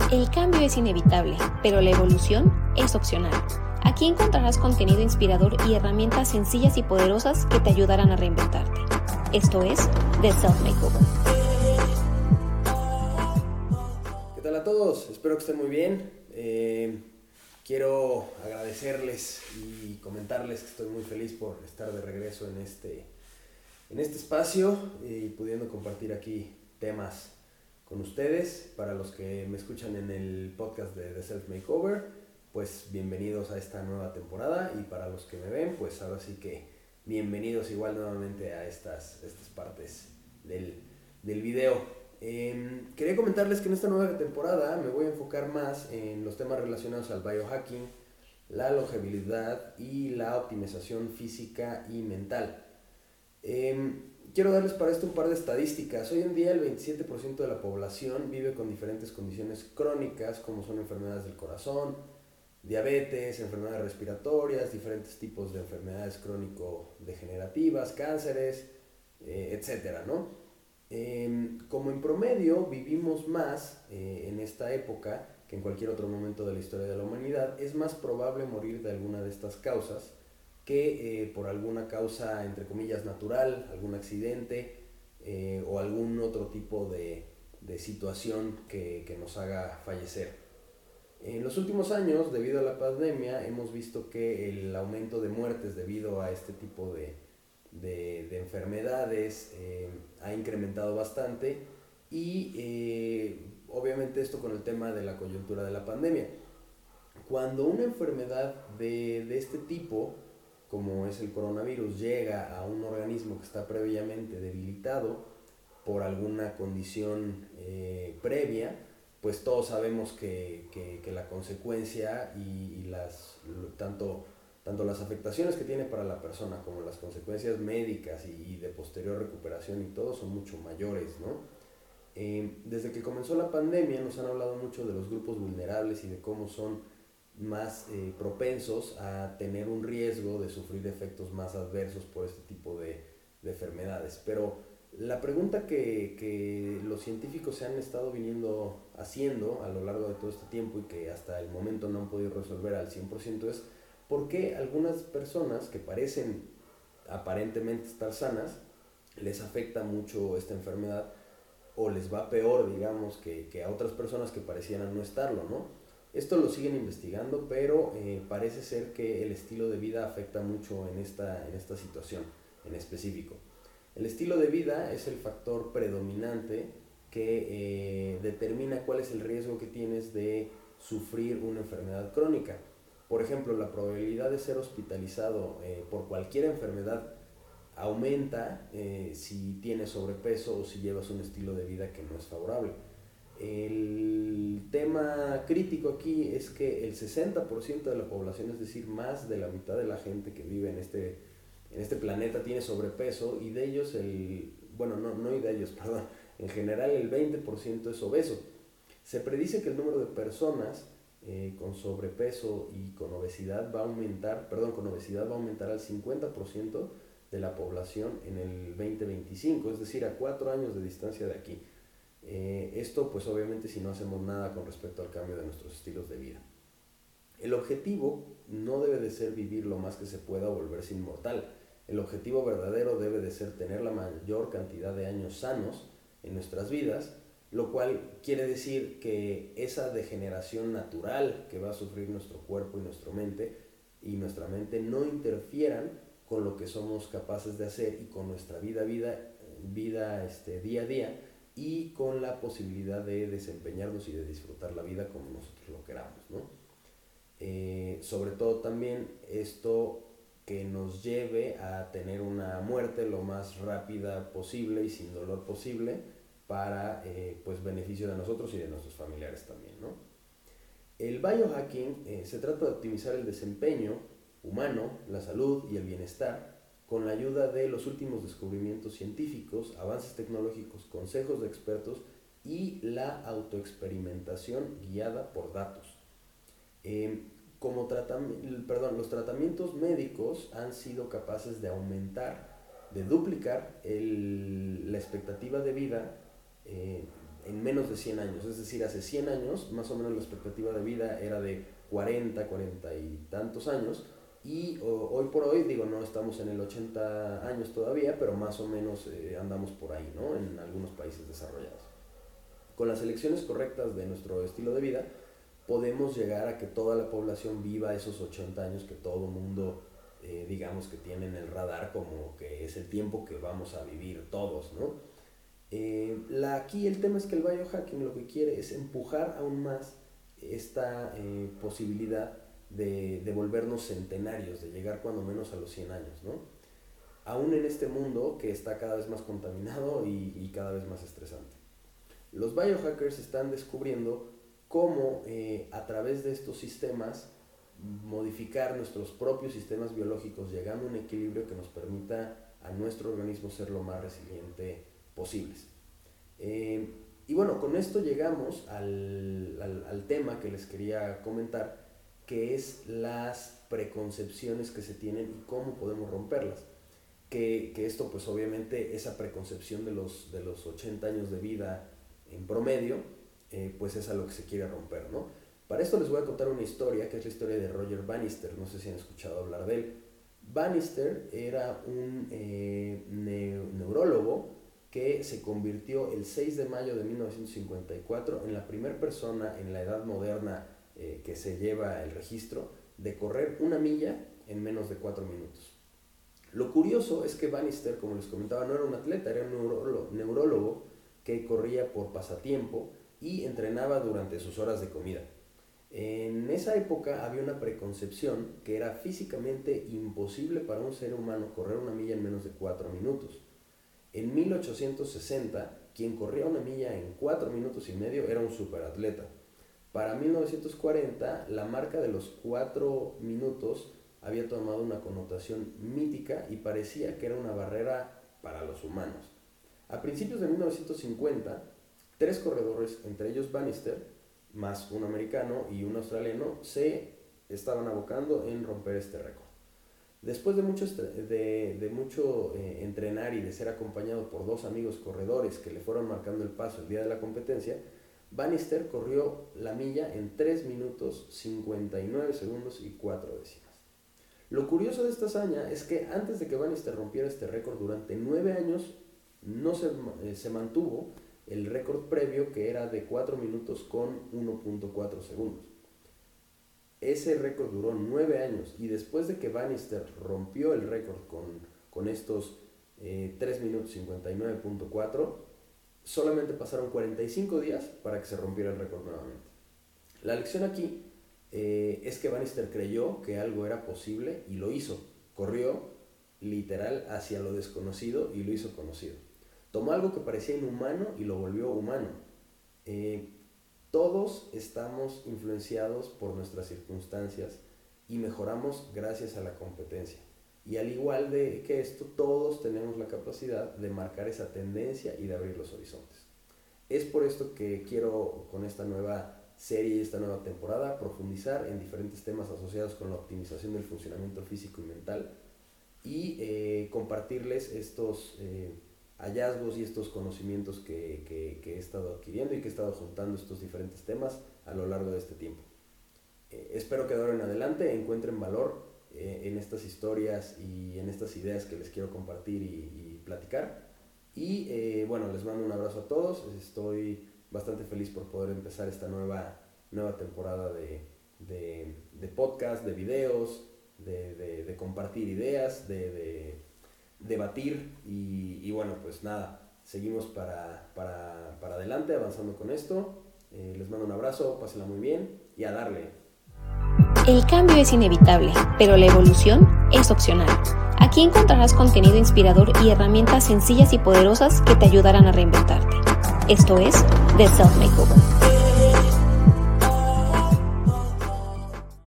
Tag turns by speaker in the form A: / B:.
A: El cambio es inevitable, pero la evolución es opcional. Aquí encontrarás contenido inspirador y herramientas sencillas y poderosas que te ayudarán a reinventarte. Esto es The Self Makeover.
B: ¿Qué tal a todos? Espero que estén muy bien. Quiero agradecerles y comentarles que estoy muy feliz por estar de regreso en este espacio y pudiendo compartir aquí temas con ustedes. Para los que me escuchan en el podcast de The Self Makeover, pues bienvenidos a esta nueva temporada, y para los que me ven, pues ahora sí que bienvenidos igual nuevamente a estas partes del video. Quería comentarles que en esta nueva temporada me voy a enfocar más en los temas relacionados al biohacking, la longevidad y la optimización física y mental. Quiero darles para esto un par de estadísticas. Hoy en día el 27% de la población vive con diferentes condiciones crónicas, como son enfermedades del corazón, diabetes, enfermedades respiratorias, diferentes tipos de enfermedades crónico-degenerativas, cánceres, etcétera, ¿no? Como en promedio vivimos más en esta época que en cualquier otro momento de la historia de la humanidad, es más probable morir de alguna de estas causas que por alguna causa, entre comillas, natural, algún accidente o algún otro tipo de situación que nos haga fallecer. En los últimos años, debido a la pandemia, hemos visto que el aumento de muertes debido a este tipo de enfermedades ha incrementado bastante, y obviamente esto con el tema de la coyuntura de la pandemia. Cuando una enfermedad de este tipo, como es el coronavirus, llega a un organismo que está previamente debilitado por alguna condición previa, pues todos sabemos que la consecuencia y tanto las afectaciones que tiene para la persona como las consecuencias médicas y de posterior recuperación y todo son mucho mayores, ¿no? Desde que comenzó la pandemia nos han hablado mucho de los grupos vulnerables y de cómo son más propensos a tener un riesgo de sufrir efectos más adversos por este tipo de enfermedades. Pero la pregunta que los científicos se han estado viniendo haciendo a lo largo de todo este tiempo y que hasta el momento no han podido resolver al 100% es ¿por qué algunas personas que parecen aparentemente estar sanas les afecta mucho esta enfermedad o les va peor, digamos, que a otras personas que parecieran no estarlo, ¿no? Esto lo siguen investigando, pero parece ser que el estilo de vida afecta mucho en esta situación en específico. El estilo de vida es el factor predominante que determina cuál es el riesgo que tienes de sufrir una enfermedad crónica. Por ejemplo, la probabilidad de ser hospitalizado por cualquier enfermedad aumenta si tienes sobrepeso o si llevas un estilo de vida que no es favorable. El tema crítico aquí es que el 60% de la población, es decir, más de la mitad de la gente que vive en este planeta tiene sobrepeso, y de ellos en general el 20% es obeso. Se predice que el número de personas con sobrepeso y con obesidad va a aumentar al 50% de la población en el 2025, es decir, a 4 años de distancia de aquí. Esto pues obviamente si no hacemos nada con respecto al cambio de nuestros estilos de vida. El objetivo no debe de ser vivir lo más que se pueda o volverse inmortal. El objetivo verdadero debe de ser tener la mayor cantidad de años sanos en nuestras vidas, lo cual quiere decir que esa degeneración natural que va a sufrir nuestro cuerpo y nuestra mente no interfieran con lo que somos capaces de hacer y con nuestra vida día a día, y con la posibilidad de desempeñarnos y de disfrutar la vida como nosotros lo queramos, ¿no? Sobre todo también esto que nos lleve a tener una muerte lo más rápida posible y sin dolor posible para pues beneficio de nosotros y de nuestros familiares también, ¿no? El biohacking se trata de optimizar el desempeño humano, la salud y el bienestar con la ayuda de los últimos descubrimientos científicos, avances tecnológicos, consejos de expertos y la autoexperimentación guiada por datos. Los tratamientos médicos han sido capaces de duplicar la expectativa de vida en menos de 100 años. Es decir, hace 100 años más o menos la expectativa de vida era de 40 y tantos años, y hoy por hoy, no estamos en el 80 años todavía, pero más o menos andamos por ahí, ¿no? En algunos países desarrollados. Con las elecciones correctas de nuestro estilo de vida, podemos llegar a que toda la población viva esos 80 años que todo mundo, digamos que tiene en el radar como que es el tiempo que vamos a vivir todos, ¿no? Aquí el tema es que el biohacking lo que quiere es empujar aún más esta posibilidad de volvernos centenarios, de llegar cuando menos a los 100 años, ¿no? Aún en este mundo que está cada vez más contaminado y cada vez más estresante. Los biohackers están descubriendo cómo a través de estos sistemas modificar nuestros propios sistemas biológicos, llegando a un equilibrio que nos permita a nuestro organismo ser lo más resiliente posibles. Y bueno, con esto llegamos al tema que les quería comentar, que es las preconcepciones que se tienen y cómo podemos romperlas. Que esto pues obviamente, esa preconcepción de los 80 años de vida en promedio, pues es a lo que se quiere romper, ¿no? Para esto les voy a contar una historia, que es la historia de Roger Bannister. No sé si han escuchado hablar de él. Bannister era un neurólogo que se convirtió el 6 de mayo de 1954 en la primera persona en la edad moderna que se lleva el registro de correr 1 milla en menos de 4 minutos. Lo curioso es que Bannister, como les comentaba, no era un atleta, era un neurólogo que corría por pasatiempo y entrenaba durante sus horas de comida. En esa época había una preconcepción que era físicamente imposible para un ser humano correr 1 milla en menos de 4 minutos. En 1860, quien corría 1 milla en 4 minutos y medio era un superatleta. Para 1940, la marca de los 4 minutos había tomado una connotación mítica y parecía que era una barrera para los humanos. A principios de 1950, 3 corredores, entre ellos Bannister, más un americano y un australiano, se estaban abocando en romper este récord. Después de mucho entrenar y de ser acompañado por 2 amigos corredores que le fueron marcando el paso el día de la competencia, Bannister corrió la milla en 3 minutos 59 segundos y 4 décimas. Lo curioso de esta hazaña es que antes de que Bannister rompiera este récord, durante 9 años no se mantuvo el récord previo, que era de 4 minutos con 1.4 segundos. Ese récord duró 9 años, y después de que Bannister rompió el récord con estos 3 minutos 59.4, solamente pasaron 45 días para que se rompiera el récord nuevamente. La lección aquí es que Bannister creyó que algo era posible y lo hizo. Corrió literal hacia lo desconocido y lo hizo conocido. Tomó algo que parecía inhumano y lo volvió humano. Todos estamos influenciados por nuestras circunstancias y mejoramos gracias a la competencia. Y al igual que esto, todos tenemos la capacidad de marcar esa tendencia y de abrir los horizontes. Es por esto que quiero, con esta nueva serie y esta nueva temporada, profundizar en diferentes temas asociados con la optimización del funcionamiento físico y mental, y compartirles estos hallazgos y estos conocimientos que he estado adquiriendo y que he estado juntando estos diferentes temas a lo largo de este tiempo. Espero que de ahora en adelante encuentren valor en estas historias y en estas ideas que les quiero compartir y platicar. Y bueno, les mando un abrazo a todos. Estoy bastante feliz por poder empezar esta nueva temporada de podcast, de videos, de compartir ideas, de debatir y bueno, pues nada, seguimos para adelante, avanzando con esto. Les mando un abrazo, pásenla muy bien y a darle.
A: El cambio es inevitable, pero la evolución es opcional. Aquí encontrarás contenido inspirador y herramientas sencillas y poderosas que te ayudarán a reinventarte. Esto es The Self Makeover.